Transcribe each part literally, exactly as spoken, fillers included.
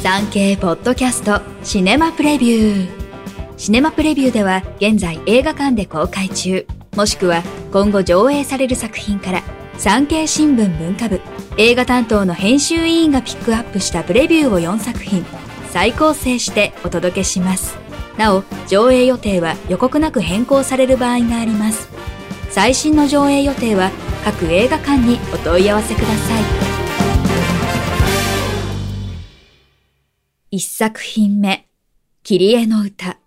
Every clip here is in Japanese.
産経ポッドキャストシネマプレビュー。シネマプレビューでは現在映画館で公開中、もしくは今後上映される作品から産経新聞文化部映画担当の編集委員がピックアップしたプレビューをよんさく品再構成してお届けします。なお、上映予定は予告なく変更される場合があります。最新の上映予定は各映画館にお問い合わせください。一作品目、キリエの歌。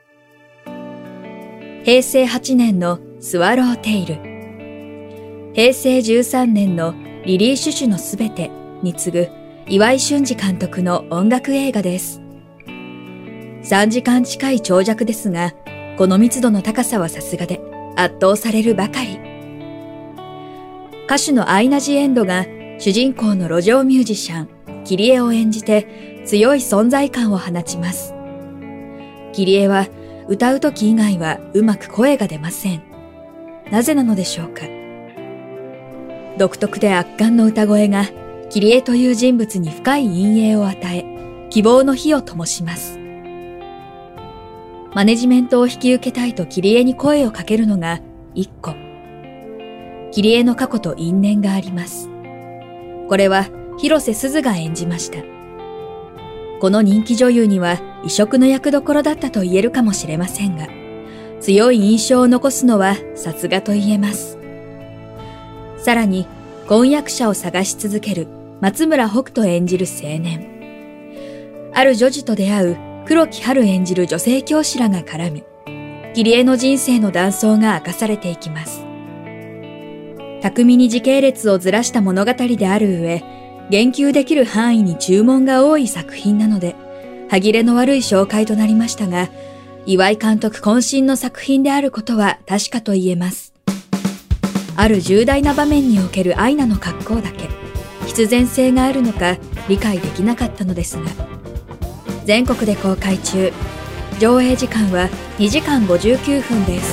へいせいはちねんのスワローテイル、へいせいじゅうさんねんのリリー・シュシュのすべてに次ぐ岩井俊二監督の音楽映画です。さんじかん近い長尺ですが、この密度の高さはさすがで圧倒されるばかり。歌手のアイナ・ジ・エンドが主人公の路上ミュージシャンキリエを演じて強い存在感を放ちます。キリエは歌う時以外はうまく声が出ません。なぜなのでしょうか。独特で圧巻の歌声がキリエという人物に深い陰影を与え、希望の火を灯します。マネジメントを引き受けたいとキリエに声をかけるのが一個。キリエの過去と因縁があります。これは広瀬すずが演じました。この人気女優には異色の役どころだったと言えるかもしれませんが、強い印象を残すのはさすがと言えます。さらに、婚約者を探し続ける松村北斗演じる青年。ある女児と出会う黒木華演じる女性教師らが絡み、キリエの人生の断層が明かされていきます。巧みに時系列をずらした物語である上、言及できる範囲に注文が多い作品なので、歯切れの悪い紹介となりましたが、岩井監督渾身の作品であることは確かと言えます。ある重大な場面におけるアイナの格好だけ、必然性があるのか理解できなかったのですが、全国で公開中、上映時間はにじかんごじゅうきゅうふんです。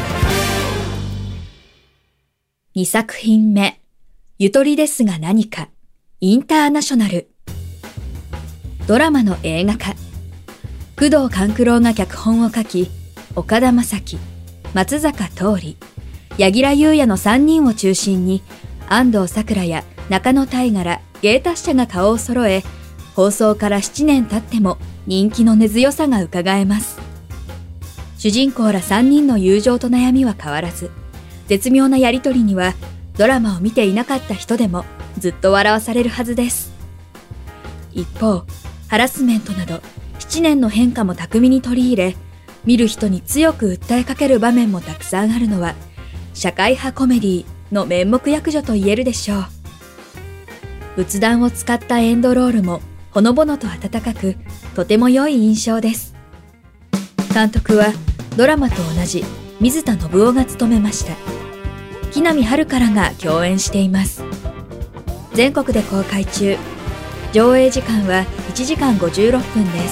にさく品目、ゆとりですが何か。インターナショナル。ドラマの映画化。工藤官九郎が脚本を書き、岡田将生、松坂桃李、柳楽優弥のさんにんを中心に、安藤サクラや中野大河ら芸達者が顔を揃え、放送からななねん経っても人気の根強さが伺えます。主人公らさんにんの友情と悩みは変わらず、絶妙なやりとりにはドラマを見ていなかった人でもずっと笑わされるはずです。一方、ハラスメントなどななねんの変化も巧みに取り入れ、見る人に強く訴えかける場面もたくさんあるのは、社会派コメディの面目躍如と言えるでしょう。仏壇を使ったエンドロールもほのぼのと温かく、とても良い印象です。監督はドラマと同じ水田信夫が務めました。木南晴からが共演しています。全国で公開中、上映時間はいちじかんごじゅうろっぷんです。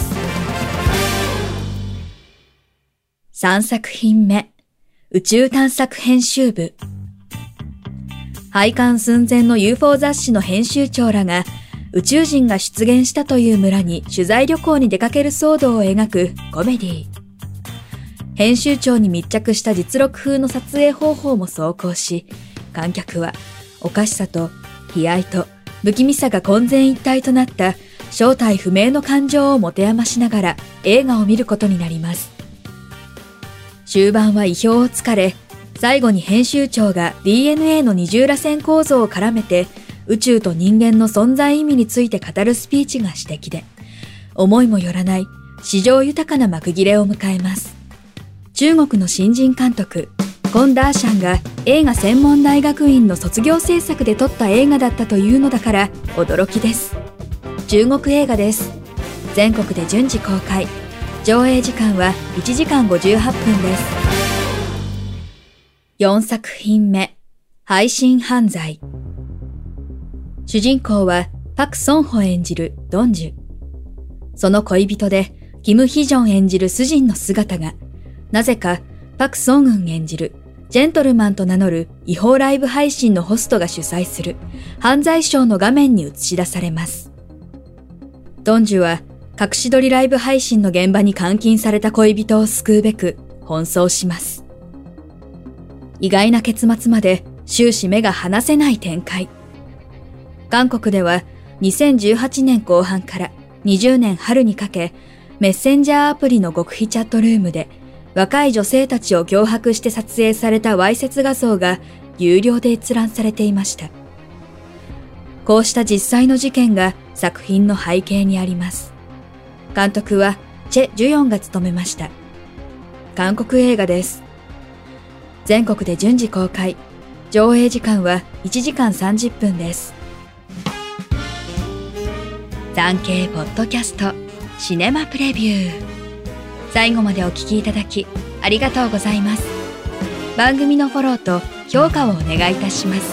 さんさく品目、宇宙探索編集部。廃刊寸前の ユーフォー 雑誌の編集長らが宇宙人が出現したという村に取材旅行に出かける騒動を描くコメディ。編集長に密着した実録風の撮影方法も走行し、観客はおかしさと悲哀と不気味さが混然一体となった正体不明の感情を持て余しながら映画を見ることになります。終盤は意表をつかれ、最後に編集長が ディーエヌエー の二重らせん構造を絡めて宇宙と人間の存在意味について語るスピーチが詩的で、思いもよらない史上豊かな幕切れを迎えます。中国の新人監督コン・ダーシャンが映画専門大学院の卒業制作で撮った映画だったというのだから驚きです。中国映画です。全国で順次公開。上映時間はいちじかんごじゅうはっぷんです。よんさく品目、配信犯罪。主人公はパク・ソンホ演じるドンジュ。その恋人でキム・ヒジョン演じるスジンの姿が、なぜかパク・ソンウン演じるジェントルマンと名乗る違法ライブ配信のホストが主催する犯罪ショーの画面に映し出されます。ドンジュは隠し撮りライブ配信の現場に監禁された恋人を救うべく奔走します。意外な結末まで終始目が離せない展開。韓国ではにせんじゅうはちねんこう半からにじゅうねん春にかけ、メッセンジャーアプリの極秘チャットルームで若い女性たちを脅迫して撮影されたわいせつ画像が有料で閲覧されていました。こうした実際の事件が作品の背景にあります。監督はチェ・ジュヨンが務めました。韓国映画です。全国で順次公開。上映時間はいちじかんさんじゅっぷんです。産経ポッドキャストシネマプレビュー。最後までお聞きいただきありがとうございます。番組のフォローと評価をお願いいたします。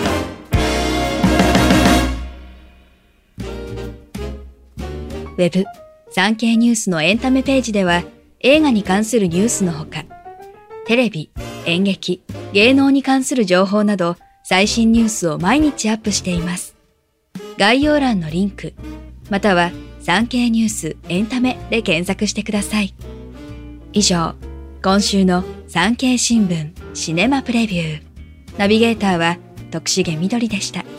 ウェブ産経ニュースのエンタメページでは映画に関するニュースのほか、テレビ、演劇、芸能に関する情報など最新ニュースを毎日アップしています。概要欄のリンク、または産経ニュースエンタメで検索してください。以上、今週の産経新聞シネマプレビュー。ナビゲーターは徳重みどりでした。